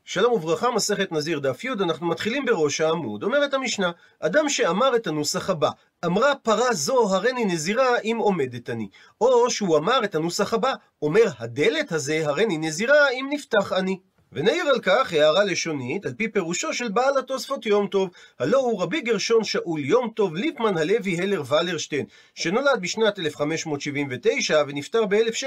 שלום וברכה, מסכת נזיר דף י', אנחנו מתחילים בראש העמוד. אומרת המשנה, אדם שאמר את הנוסח הבא, אמרה פרה זו הריני נזירה אם עומדת אני. או שהוא אמר את הנוסח הבא, אומר הדלת הזה הריני נזירה אם נפתח אני. ונעיר על כך הערה לשונית על פי פירושו של בעל התוספות יום טוב, הלא הוא רבי גרשון שאול יום טוב ליפמן הלוי הלר ולרשטיין, שנולד בשנת 1579 ונפטר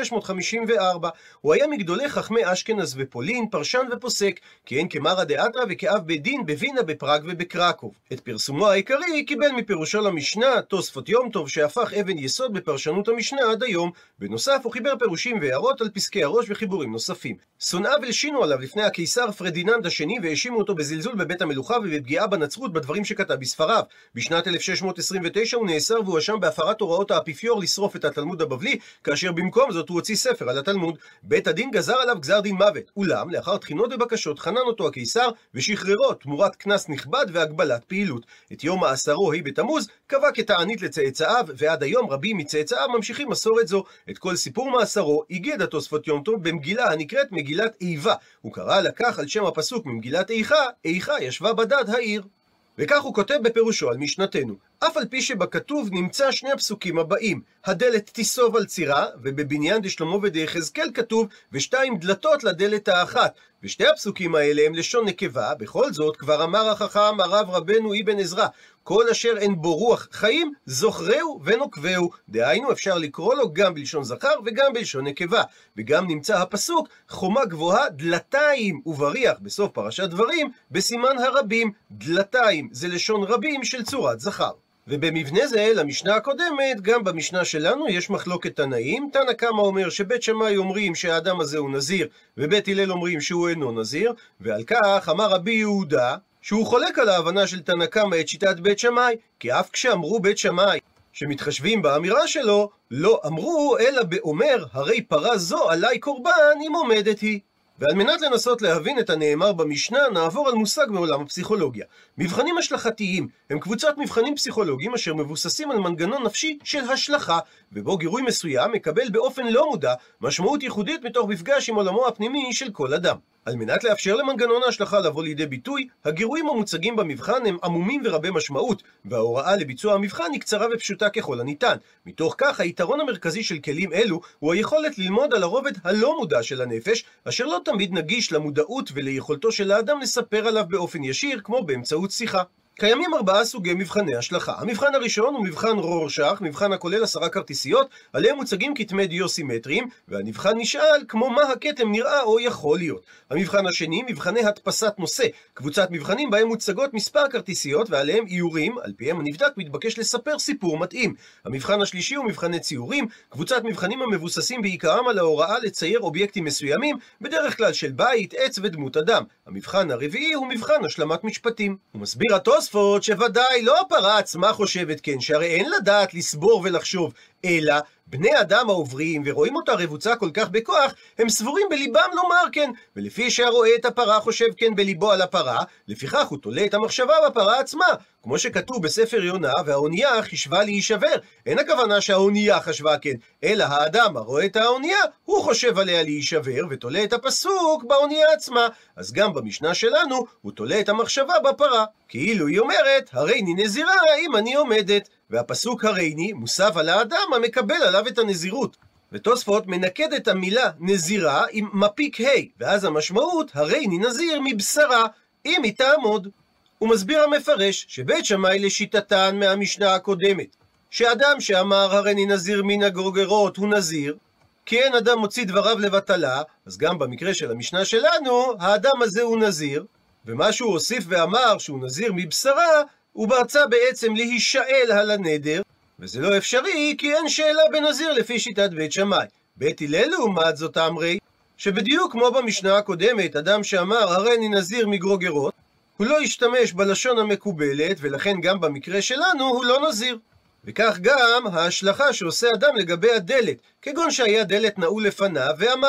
ב-1654. הוא היה מגדולי חכמי אשכנז ופולין, פרשן ופוסק, כיהן כמרא דאתרא וכאב בית דין בווינה, בפראג ובקרקוב. את פרסומו העיקרי קיבל מפירושו למשנה תוספות יום טוב, שהפך אבן יסוד בפרשנות המשנה עד היום. בנוסף הוא חיבר פירושים והערות על פסקי הראש וחיבורים נוספים. שונאיו הלשינו עליו לפני הקיסר פרדיננד השני והאשימו אותו בזלזול בבית המלוכה ובפגיעה בנצרות בדברים שכתב בספריו. בשנת 1629 הוא נאסר והואשם בהפרת הוראות האפיפיור לשרוף את התלמוד הבבלי, כאשר במקום זאת הוא הוציא ספר על התלמוד. בית הדין גזר עליו גזר דין מוות, אולם לאחר תחינות ובקשות חנן אותו הקיסר ושחררו תמורת קנס נכבד והגבלת פעילות. את יום מאסרו ה' בתמוז קבע כתענית לצאצאיו, ועד היום רבים מצאצאיו ממשיכים מסורת זו. את כל סיפור מאסרו איגד התוספות יום טוב במגילה הנקראת מגילת איבה. הוא קרא לקח על שם הפסוק ממגילת איכה, איכה ישבה בדד העיר. וכך הוא כותב בפירושו על משנתנו, אף על פי שבכתוב נמצא שני הפסוקים הבאים, הדלת תיסוב על צירה, ובבניין דשלמה ודיחזקאל כתוב, ושתיים דלתות לדלת האחת, ושתי הפסוקים האלה הם לשון נקבה. בכל זאת כבר אמר החכם הרב רבנו אבן עזרא, כל אשר אין בו רוח חיים זוכרהו ונוקבהו. דהיינו אפשר לקרוא לו גם בלשון זכר וגם בלשון נקבה. וגם נמצא הפסוק חומה גבוהה דלתיים ובריח בסוף פרשת דברים בסימן הרבים. דלתיים זה לשון רבים של צורת זכר. ובמבנה זה למשנה הקודמת, גם במשנה שלנו יש מחלוקת תנאים. תנא קמא אומר שבית שמאי אומרים שהאדם הזה הוא נזיר, ובית הלל אומרים שהוא אינו נזיר, ועל כך אמר רבי יהודה שהוא חולק על ההבנה של תנא קמא את שיטת בית שמאי, כי אף כשאמרו בית שמאי שמתחשבים באמירה שלו, לא אמרו אלא באומר הרי פרה זו עלי קורבן אם עומדת היא. ועל מנת לנסות להבין את הנאמר במשנה, נעבור על מושג מעולם הפסיכולוגיה. מבחנים השלכתיים הם קבוצת מבחנים פסיכולוגיים אשר מבוססים על מנגנון נפשי של השלכה, ובו גירוי מסוים מקבל באופן לא מודע משמעות ייחודית מתוך מפגש עם עולמו הפנימי של כל אדם. על מנת לאפשר למנגנון ההשלכה לבוא לידי ביטוי, הגירויים המוצגים במבחן הם עמומים ורבי משמעות, וההוראה לביצוע המבחן היא קצרה ופשוטה ככל הניתן. מתוך כך, היתרון המרכזי של כלים אלו הוא היכולת ללמוד על הרובד הלא מודע של הנפש, אשר לא תמיד נגיש למודעות וליכולתו של האדם לספר עליו באופן ישיר, כמו באמצעות שיחה. קיימים 4 סוגי מבחני השלכה. המבחן הראשון הוא מבחן רורשך, מבחן הכולל 10 כרטיסיות, עליהם מוצגים כתמי דיו סימטריים, והנבחן נשאל כמו מה הכתם נראה או יכול להיות. המבחן השני, מבחני הדפסת נושא, קבוצת מבחנים בהם מוצגות מספר כרטיסיות ועליהם איורים, על פיהם הנבדק מתבקש לספר סיפור מתאים. המבחן השלישי הוא מבחני ציורים, קבוצת מבחנים המבוססים בעיקרם על ההוראה לצייר אובייקטים מסוימים, בדרך כלל של בית, עץ ודמות אדם. המבחן הרביעי הוא מבחן השלמת משפטים. הוא מסביר התוספות שוודאי לא הפרה עצמה חושבת כן, שהרי אין לדעת לסבור ולחשוב, אלא בני אדם העוברים ורואים אותה רבוצה כל כך בכוח, הם סבורים בליבם לומר כן, ולפי שהרואה את הפרה חושב כן בליבו על הפרה, לפיכך הוא תולה את המחשבה בפרה עצמה, כמו שכתוב בספר יונה, והאונייה חישבה להישבר. אין הכוונה שהאונייה חשבה כן, אלא האדם הרואה את האונייה, הוא חושב עליה להישבר, ותולה את הפסוק באונייה עצמה. אז גם במשנה שלנו, הוא תולה את המחשבה בפרה, כאילו היא אומרת, הריני נזירה אם אני עומדת, והפסוק הריני מוסף על האדם המקבל עליו את הנזירות. ותוספות מנקד את המילה נזירה עם מפיק ה', ואז המשמעות הריני נזיר מבשרה, אם היא תעמוד. הוא מסביר המפרש שבית שמאי לשיטתן מהמשנה הקודמת, שאדם שאמר הריני נזיר מן הגרוגרות הוא נזיר, כי אין אדם מוציא דבריו לבטלה, אז גם במקרה של המשנה שלנו, האדם הזה הוא נזיר, ומה שהוא הוסיף ואמר שהוא נזיר מבשרה, הוא ברצה בעצם להישאל על הנדר, וזה לא אפשרי כי אין שאלה בנזיר לפי שיטת בית שמאי. בית הלל לעומת זאת אמרי, שבדיוק כמו במשנה הקודמת, אדם שאמר הריני נזיר מגרוגרות, הוא לא השתמש בלשון המקובלת, ולכן גם במקרה שלנו הוא לא נזיר. וכך גם ההשלכה שעושה אדם לגבי הדלת, כגון שהיה דלת נעול לפניו ואמר,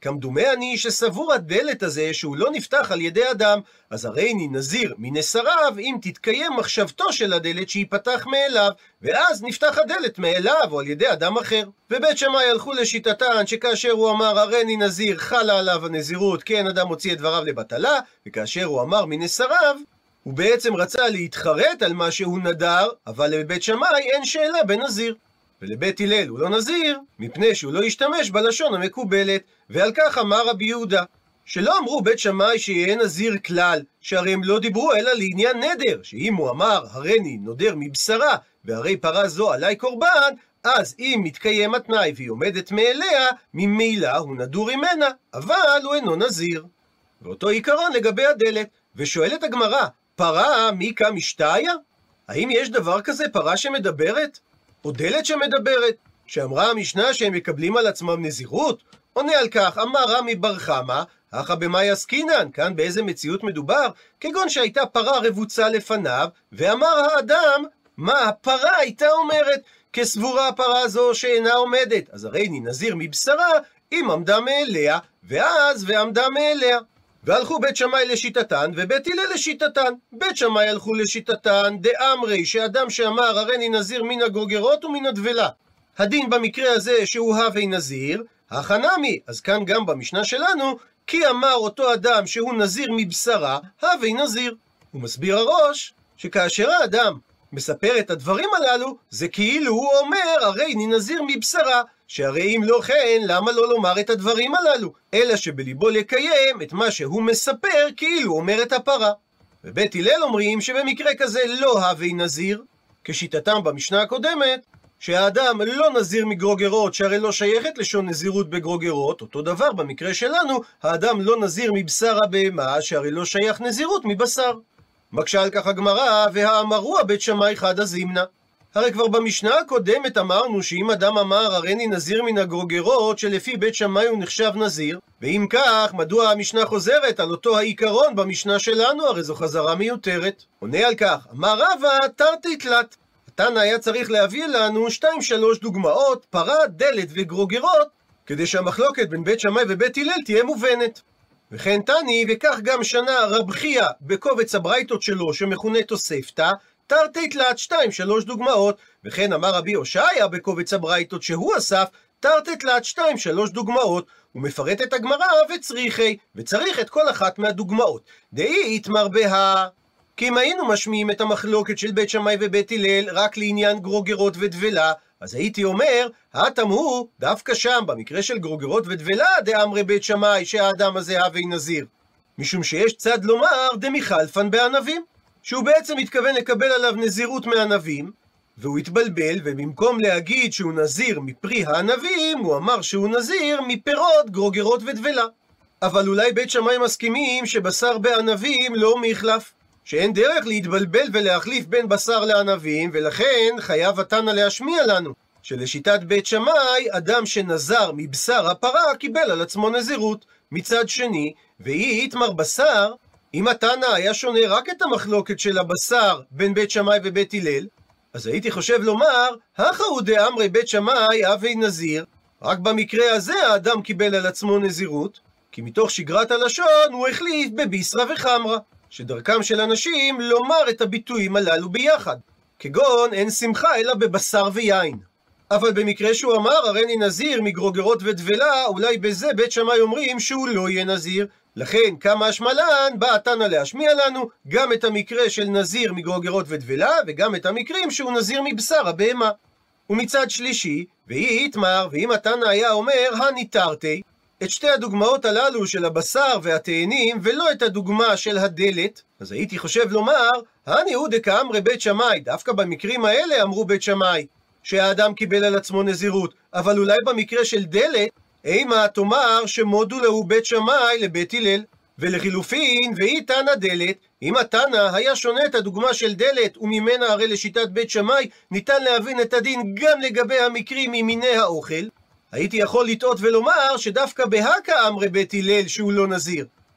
כמדומה אני שסבור הדלת הזה שהוא לא נפתח על ידי אדם, אז הרי אני נזיר מנסריו אם תתקיים מחשבתו של הדלת שיפתח מאליו, ואז נפתח הדלת מאליו או על ידי אדם אחר. ובית שמאי הלכו לשיטתן שכאשר הוא אמר הרי אני נזיר חלה עליו הנזירות כי אין אדם מוציא את דבריו לבטלה, וכאשר הוא אמר מנסריו הוא בעצם רצה להתחרט על מה שהוא נדר, אבל לבית שמאי אין שאלה בנזיר. ולבית הלל הוא לא נזיר, מפני שהוא לא השתמש בלשון המקובלת, ועל כך אמר רבי יהודה. שלא אמרו בית שמאי שיהיה נזיר כלל, שהרי הם לא דיברו אלא לעניין נדר, שאם הוא אמר הריני נודר מבשרה, והרי פרה זו עלי קורבן, אז אם מתקיים התנאי והיא עומדת מאליה, ממילא הוא נדור ממנה, אבל הוא אינו נזיר. ואותו עיקרון לגבי הדלת, ושואלת הגמרא, פרה מיקה משתיה? האם יש דבר כזה פרה שמדברת? או דלת שמדברת? שאמרה המשנה שהם מקבלים על עצמם נזירות? עונה על כך, אמר רמי בר חמא, הכא במאי עסקינן, כאן באיזה מציאות מדובר? כגון שהייתה פרה רבוצה לפניו, ואמר האדם, מה הפרה הייתה אומרת? כסבורה הפרה זו שאינה עומדת, אז הרי אני נזיר מבשרה, אם עמדה מאליה, ואז ועמדה מאליה. והלכו בית שמאי לשיטתן, ובית הלל לשיטתן. בית שמאי הלכו לשיטתן, דאמרי, שאדם שאמר הרי אני נזיר מן הגוגרות ומן הדבלה. הדין במקרה הזה שהוא הווי נזיר, החנמי, אז כאן גם במשנה שלנו, כי אמר אותו אדם שהוא נזיר מבשרה, הווי נזיר. הוא מסביר הראש, שכאשר האדם מספר את הדברים הללו, זה כאילו הוא אומר, הרי אני נזיר מבשרה, שהרי אם לא כן, למה לא לומר את הדברים הללו? אלא שבליבו לקיים את מה שהוא מספר, כאילו אומר את הפרה. ובית הלל אומרים שבמקרה כזה לא הווי נזיר, כשיטתם במשנה הקודמת, שהאדם לא נזיר מגרוגרות, שהרי לא שייכת לשון נזירות בגרוגרות, אותו דבר במקרה שלנו, האדם לא נזיר מבשר הבהמה, שהרי לא שייך נזירות מבשר. מקשה על כך הגמרא, והאמרו הבית שמאי חדא זימנה. הרי כבר במשנה הקודמת אמרנו שאם אדם אמר הרי אני נזיר מן הגרוגרות, שלפי בית שמאי הוא נחשב נזיר, ואם כך, מדוע המשנה חוזרת על אותו העיקרון במשנה שלנו? הרי זו חזרה מיותרת. עונה על כך, אמר רבא תרתי תלת. התנא היה צריך להביא לנו 2-3 דוגמאות, פרה, דלת וגרוגרות, כדי שהמחלוקת בין בית שמאי ובית הלל תהיה מובנת. וכן תני, וכך גם שנה רב חייא בקובץ הברייתות שלו שמכונה תוספתא, תרתי תלת 2-3 דוגמאות, וכן אמר רבי הושעיה בקובץ הברייתות שהוא אסף, תרתי תלת 2-3 דוגמאות, הוא מפרט את הגמרא וצריך את כל אחת מהדוגמאות. דאי יתמר בה, כי אם היינו משמיעים את המחלוקת של בית שמאי ובית הלל רק לעניין גרוגרות ודבלה, אז הייתי אומר, התמהו דווקא שם, במקרה של גרוגרות ודבלה, דאמרי בית שמאי שהאדם הזה הווי נזיר. משום שיש צד לומר דמיכלפן בענבים, שהוא בעצם מתכוון לקבל עליו נזירות מענבים, והוא התבלבל, ובמקום להגיד שהוא נזיר מפרי הענבים, הוא אמר שהוא נזיר מפירות גרוגרות ודבלה. אבל אולי בית שמאי מסכימים שבשר בענבים לא מחלף, שאין דרך להתבלבל ולהחליף בין בשר לענבים, ולכן חייב התנא להשמיע לנו, שלשיטת בית שמאי, אדם שנזר מבשר הפרה קיבל על עצמו נזירות. מצד שני, ואי יתמר בשר, אם התנא היה שונה רק את המחלוקת של הבשר בין בית שמאי ובית הלל, אז הייתי חושב לומר, הכא הוא דאמרי בית שמאי הווי נזיר, רק במקרה הזה האדם קיבל על עצמו נזירות, כי מתוך שגרת הלשון הוא החליף בביסרא וחמרא, שדרכם של אנשים לומר את הביטויים הללו ביחד, כגון אין שמחה אלא בבשר ויין. אבל במקרה שהוא אמר הרי אני נזיר מגרוגרות ודבלה, אולי בזה בית שמאי אומרים שהוא לא יהיה נזיר. לכן כמה השמלן בא התנא להשמיע לנו גם את המקרה של נזיר מגרוגרות ודבלה, וגם את המקרים שהוא נזיר מבשר הבהמה. ומצד שלישי, ואי יתמר, ואם התנא היה אומר הניתרתי, את שתי הדוגמאות הללו של הבשר והתאנים, ולא את הדוגמה של הדלת, אז הייתי חושב לומר, הניהו דקאמרי בית שמאי, דווקא במקרים האלה אמרו בית שמאי, שהאדם קיבל על עצמו נזירות, אבל אולי במקרה של דלת, אימה תאמר שמודו להו בית שמאי לבית הלל, ולחילופין, ואי תנא דלת, אם התנא היה שונה את הדוגמה של דלת, וממנה הרי לשיטת בית שמאי, ניתן להבין את הדין גם לגבי המקרים ממיני האוכל, הייתי יכול לטעות ולומר שדווקא בהכא אמרי בית הלל שהוא לא נזיר.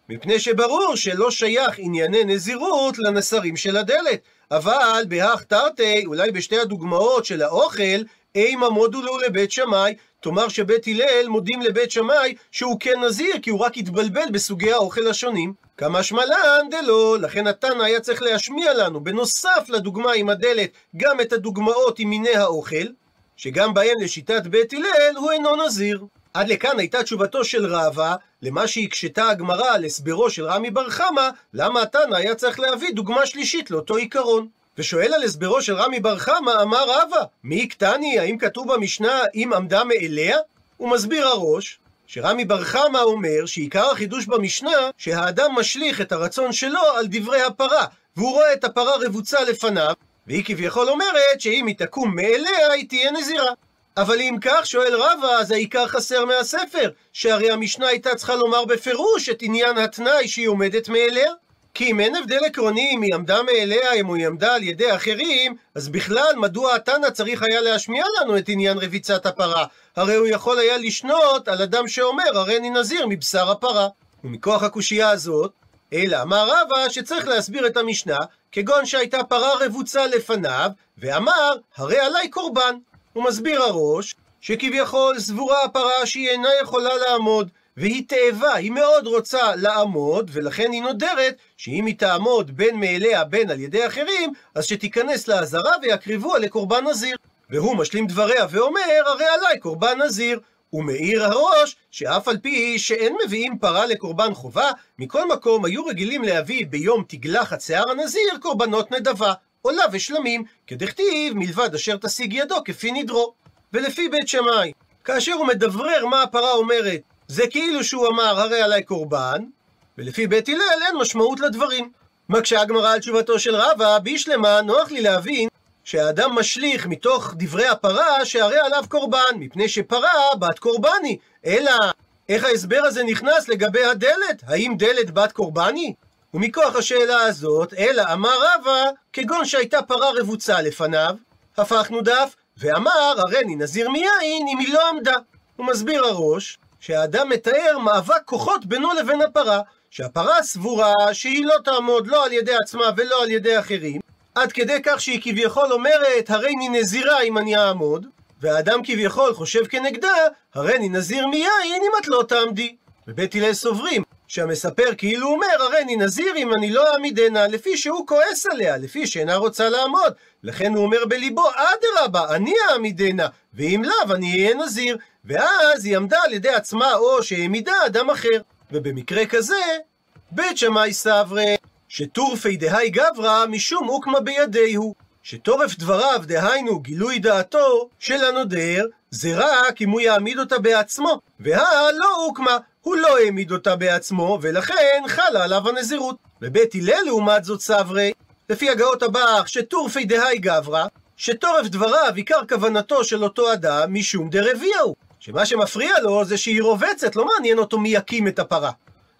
מפני שברור שלא שייך ענייני נזירות לנסרים של הדלת. אבל בהך תרתי, אולי בשתי הדוגמאות של האוכל, אימה מודו לו לבית שמאי, תאמר שבית הלל מודים לבית שמאי שהוא כן נזיר, כי הוא רק התבלבל בסוגי האוכל השונים. כמה שמלן דלא, לכן התנא היה צריך להשמיע לנו, בנוסף לדוגמה עם הדלת, גם את הדוגמאות עם מיני האוכל, שגם בהם לשיטת בית הלל הוא אינו נזיר. עד לכאן הייתה תשובתו של רבא, למה שהקשתה הגמרא על הסברו של רמי בר חמא, למה התנא היה צריך להביא דוגמה שלישית לאותו עיקרון. ושואל על הסברו של רמי בר חמא, אמר רבא, מי יקטני, האם כתוב במשנה אם עמדה מאליה? הוא מסביר הראש, שרמי בר חמא אומר שעיקר החידוש במשנה, שהאדם משליך את הרצון שלו על דברי הפרה, והוא רואה את הפרה רבוצה לפניו, והיא כביכול אומרת שאם היא תקום מאליה היא תהיה נזירה. אבל אם כך, שואל רבא, אז העיקר חסר מהספר, שהרי המשנה הייתה צריכה לומר בפירוש את עניין התנאי שהיא עומדת מאליה. כי אם אין הבדל עקרוני אם היא עמדה מאליה, אם היא עמדה על ידי אחרים, אז בכלל מדוע התנא צריך היה להשמיע לנו את עניין רביצת הפרה? הרי הוא יכול היה לשנות על אדם שאומר הריני נזיר מבשר הפרה. ומכוח הקושייה הזאת, אלא אמר רבא שצריך להסביר את המשנה, כגון שהייתה פרה רבוצה לפניו, ואמר הרי עליי קורבן. הוא מסביר הראש שכביכול סבורה הפרה שהיא אינה יכולה לעמוד, והיא תאבה, היא מאוד רוצה לעמוד, ולכן היא נודרת שאם היא תעמוד בין מאליה בין על ידי אחרים, אז שתיכנס לעזרה ויקריבוה לקורבן נזיר. והוא משלים דבריה ואומר, הרי עליי קורבן נזיר. הוא מאיר הראש שאף על פי שאין מביאים פרה לקורבן חובה, מכל מקום היו רגילים להביא ביום תגלחת שיער הנזיר קורבנות נדבה, עולה ושלמים, כדכתיב מלבד אשר תשיג ידו כפי נדרו. ולפי בית שמאי, כאשר הוא מדברר מה הפרה אומרת, זה כאילו שהוא אמר הרי עליי קורבן, ולפי בית הלל אין משמעות לדברים. מקשה הגמרא על תשובתו של רבא, בישלמה נוח לי להבין שהאדם משליך מתוך דברי הפרה שהרי עליו קורבן, מפני שפרה בת קורבני. אלא איך ההסבר הזה נכנס לגבי הדלת? האם דלת בת קורבני? ומכוח השאלה הזאת, אלא אמר רבא, כגון שהייתה פרה רבוצה לפניו, הפכנו דף, ואמר הריני נזיר מיין אם היא לא עמדה. הוא מסביר הראש שהאדם מתאר מאבק כוחות בינו לבין הפרה, שהפרה סבורה שהיא לא תעמוד לא על ידי עצמה ולא על ידי אחרים, עד כדי כך שהיא כביכול אומרת הריני נזירה אם אני אעמוד, והאדם כביכול חושב כנגדה הריני נזיר מיין אם את לא תעמדי. ובית הלל סוברים שהמספר כאילו אומר הריני נזיר אם אני לא אעמידנה, לפי שהוא כועס עליה, לפי שאינה רוצה לעמוד, לכן הוא אומר בליבו אדרבה אני אעמידנה, ואם לאו אני אהיה נזיר, ואז היא עמדה על ידי עצמה או שהעמידה אדם אחר. ובמקרה כזה בית שמאי סברי שטורפי דהי גברא משום הוקמה בידיהו, שטורף דבריו דהיינו גילוי דעתו של הנודר זה רק אם הוא יעמיד אותה בעצמו, והלא הוקמה, הוא לא העמיד אותה בעצמו ולכן חלה עליו הנזירות. בבית הלל לעומת זאת סברי לפי הגאות הבח שטורפי דהי גברא, שטורף דבריו עיקר כוונתו של אותו אדם משום דרביהו, שמה שמפריע לו זה שהיא רובצת, לא מעניין אותו מי יקים את הפרה.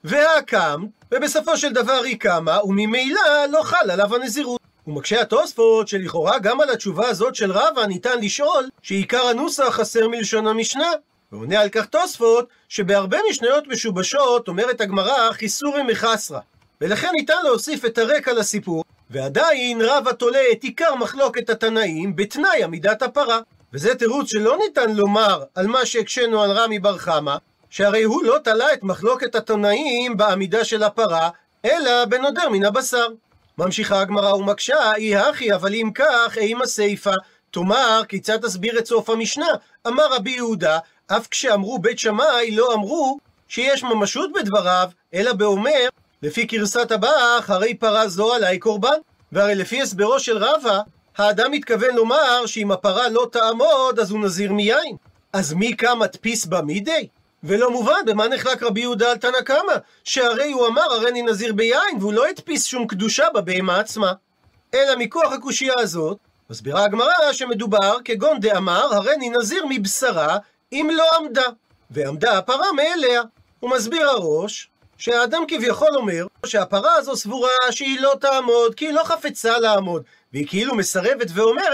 והקם, ובסופו של דבר היא קמה, וממילא לא חל עליו הנזירות. ומקשה התוספות שלכאורה גם על התשובה הזאת של רבא ניתן לשאול שעיקר הנוסח חסר מלשון המשנה. ועונה על כך תוספות שבהרבה משניות משובשות אומרת הגמרא חיסורי מחסרה, ולכן ניתן להוסיף את הרקע לסיפור, ועדיין רבא תולה את עיקר מחלוקת התנאים בתנאי עמידת הפרה. וזה תירוץ שלא ניתן לומר על מה שהקשנו על רמי בר חמא, שהרי הוא לא תלה את מחלוקת התנאים בעמידה של הפרה, אלא בנודר מן הבשר. ממשיכה הגמרא ומקשה, אי הכי, אבל אם כך, אימה סייפה, תאמר, כיצד תסביר את סוף המשנה? אמר רבי יהודה, אף כשאמרו בית שמאי לא אמרו שיש ממשות בדבריו, אלא באומר, לפי גרסת הבח, הרי פרה זו עלי קורבן. והרי לפי הסברו של רבא, האדם מתכוון לומר שאם הפרה לא תעמוד, אז הוא נזיר מיין. אז מי קם מדפיס במידי? ולא מובן במה נחלק רבי יהודה על תנא קמא, שהרי הוא אמר הריני נזיר ביין, והוא לא הדפיס שום קדושה בבהמה עצמה. אלא מכוח הקושייה הזאת, מסבירה הגמרא שמדובר כגון דאמר הריני נזיר מבשרה אם לא עמדה, ועמדה הפרה מאליה. הוא מסביר הראש שהאדם כביכול אומר שהפרה הזו סבורה שהיא לא תעמוד כי היא לא חפצה לעמוד, והיא כאילו מסרבת ואומרת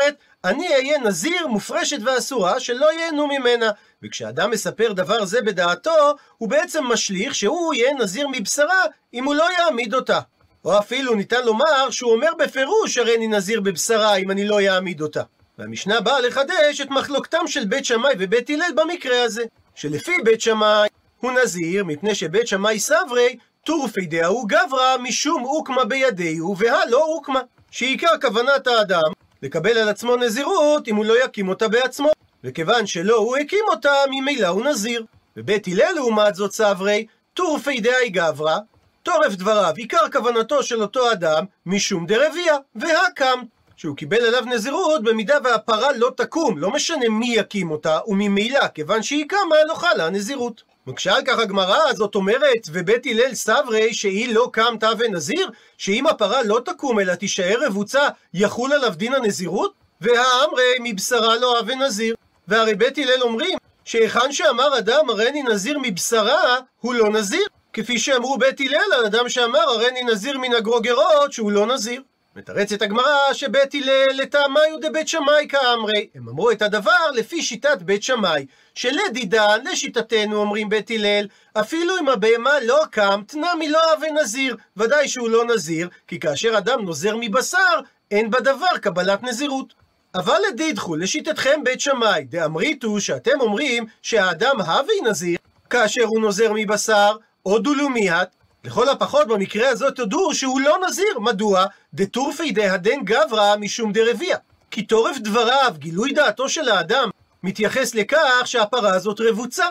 אני אהיה נזיר מופרשת ואסורה שלא ייהנו ממנה. וכשאדם מספר דבר זה בדעתו, הוא בעצם משליך שהוא יהיה נזיר מבשרה אם הוא לא יעמיד אותה. או אפילו ניתן לומר שהוא אומר בפירוש הרי אני נזיר בבשרה אם אני לא יעמיד אותה. והמשנה באה לחדש את מחלוקתם של בית שמאי ובית הלל במקרה הזה, שלפי בית שמאי הוא נזיר מפני שבית שמאי סברי טורפי דאהו גברא משום אוקמה בידיהו והלא אוקמה, שעיקר כוונת האדם לקבל על עצמו נזירות אם הוא לא יקים אותה בעצמו, וכיוון שלא הוא הקים אותה ממילא הוא נזיר. ובית הלל לעומת זאת סברי טורפי דאי גברא, טורף דבריו עיקר כוונתו של אותו אדם משום דרבייה והקם, שהוא קיבל עליו נזירות במידה והפרה לא תקום, לא משנה מי יקים אותה, וממילא כיוון שהיא קמה לא חלה הנזירות. מקשה על כך הגמרא, זאת אומרת ובית הלל סברי שהיא לא קמתה ונזיר, שאם הפרה לא תקום אלא תישאר רבוצה יחול עליו דין הנזירות? והאמרי מבשרה לא הווה נזיר. והרי בית הלל אומרים שהיכן שאמר אדם הריני נזיר מבשרה הוא לא נזיר, כפי שאמרו בית הלל על אדם שאמר הריני נזיר מן הגרוגרות שהוא לא נזיר. מתרצת הגמרא שבית הלל לטעמיו דבית שמאי כאמרי, הם אמרו את הדבר לפי שיטת בית שמאי, שלדידן לשיטתנו אומרים בית הלל אפילו אם הבהמה לא קם תנמי לא הווה נזיר, ודאי שהוא לא נזיר, כי כאשר אדם נוזר מבשר אין בדבר קבלת נזירות. אבל לדידחו לשיטתכם בית שמאי דאמריתו שאתם אומרים שהאדם הווי נזיר כאשר הוא נוזר מבשר, או דולומיית, לכל הפחות במקרה הזאת תדעו שהוא לא נזיר. מדוע? דטורפי דהדן גברא משום דרבייה, כי טורף דבריו גילוי דעתו של האדם מתייחס לכך שהפרה הזאת רבוצה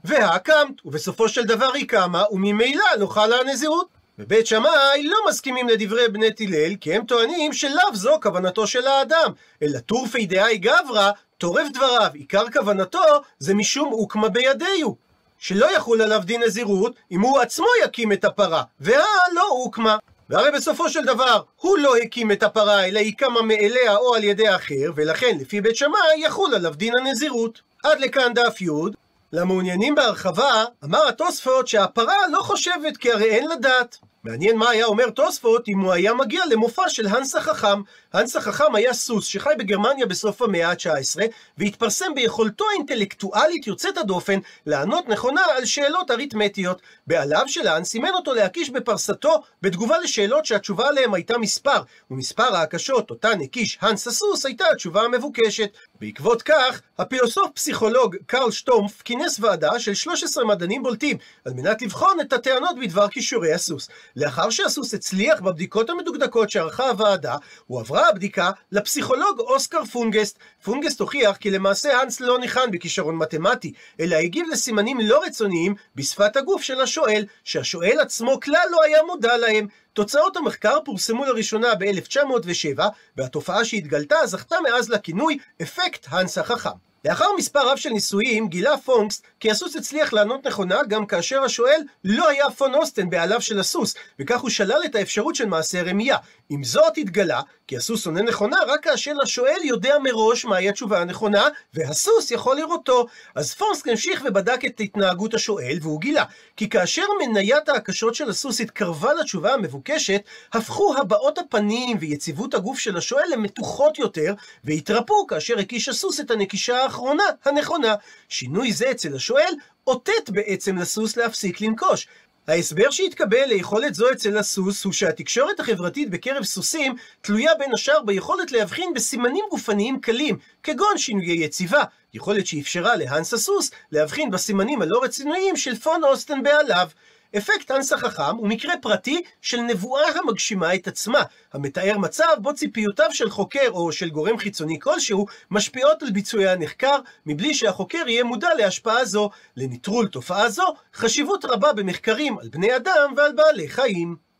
והקמת, ובסופו של דבר היא קמה וממילא לא חלה הנזירות. ובית שמאי לא מסכימים לדברי בני הלל, כי הם טוענים שלאו זו כוונתו של האדם, אלא טורפי דאי גברא, טורף דבריו עיקר כוונתו זה משום אוקמה בידיהו, שלא יחול עליו דין נזירות אם הוא עצמו יקים את הפרה, והלא אוקמה. והרי בסופו של דבר הוא לא הקים את הפרה אלא היא קמה מאליה או על ידי אחר, ולכן לפי בית שמאי יחול עליו דין הנזירות. עד לכאן דף י'. למעוניינים בהרחבה אמר התוספות שהפרה לא חושבת כי הרי אין לדעת. מעניין מה היה אומר תוספות אם הוא היה מגיע למופע של הנס החכם. הנס החכם היה סוס שחי בגרמניה בסוף המאה ה-19 והתפרסם ביכולתו האינטלקטואלית יוצאת הדופן לענות נכונה על שאלות אריתמטיות. בעליו של הנס סימן אותו להקיש בפרסתו בתגובה לשאלות שהתשובה עליהם הייתה מספר, ומספר ההקשות אותן הקיש הנס הסוס הייתה התשובה המבוקשת. בעקבות כך הפילוסוף פסיכולוג קרל שטומף כינס ועדה של 13 מדענים בולטים על מנת לבחון את הטענות בדבר כישורי הסוס. לאחר שהסוס הצליח בבדיקות המדוקדקות שערכה הוועדה, הוא עברה הבדיקה לפסיכולוג אוסקר פונגסט. פונגסט הוכיח כי למעשה הנס לא ניחן בכישרון מתמטי, אלא הגיב לסימנים לא רצוניים בשפת הגוף של השואל, שהשואל עצמו כלל לא היה מודע להם. תוצאות המחקר פורסמו לראשונה ב-1907, והתופעה שהתגלתה זכתה מאז לכינוי אפקט הנס החכם. לאחר מספר רב של ניסויים גילה פונגסט כי הסוס הצליח לענות נכונה גם כאשר השואל לא היה פון אוסטן בעליו של הסוס, וכך הוא שלל את האפשרות של מעשה רמייה. עם זאת התגלה כי הסוס עונה נכונה רק כאשר השואל יודע מראש מהי התשובה הנכונה והסוס יכול לראותו. אז פונגסט המשיך ובדק את התנהגות השואל והוא גילה כי כאשר מניית ההקשות של הסוס התקרבה לתשובה המבוקשת, הפכו הבעות הפנים ויציבות הגוף של השואל למתוחות יותר, והתרפו כאשר הקיש הסוס את הנקישה האחרונה הנכונה. שינוי זה אצל השואל אותת בעצם לסוס להפסיק לנקוש. ההסבר שהתקבל ליכולת זו אצל הסוס הוא שהתקשורת החברתית בקרב סוסים תלויה בין השאר ביכולת להבחין בסימנים גופניים קלים, כגון שינויי יציבה, יכולת שאפשרה להנס הסוס להבחין בסימנים הלא רציניים של פון אוסטן בעליו. אפקט הנס החכם הוא מקרה פרטי של נבואה המגשימה את עצמה, המתאר מצב בו ציפיותיו של חוקר או של גורם חיצוני כלשהו משפיעות על ביצועי הנחקר, מבלי שהחוקר יהיה מודע להשפעה זו. לנטרול תופעה זו חשיבות רבה במחקרים על בני אדם ועל בעלי חיים.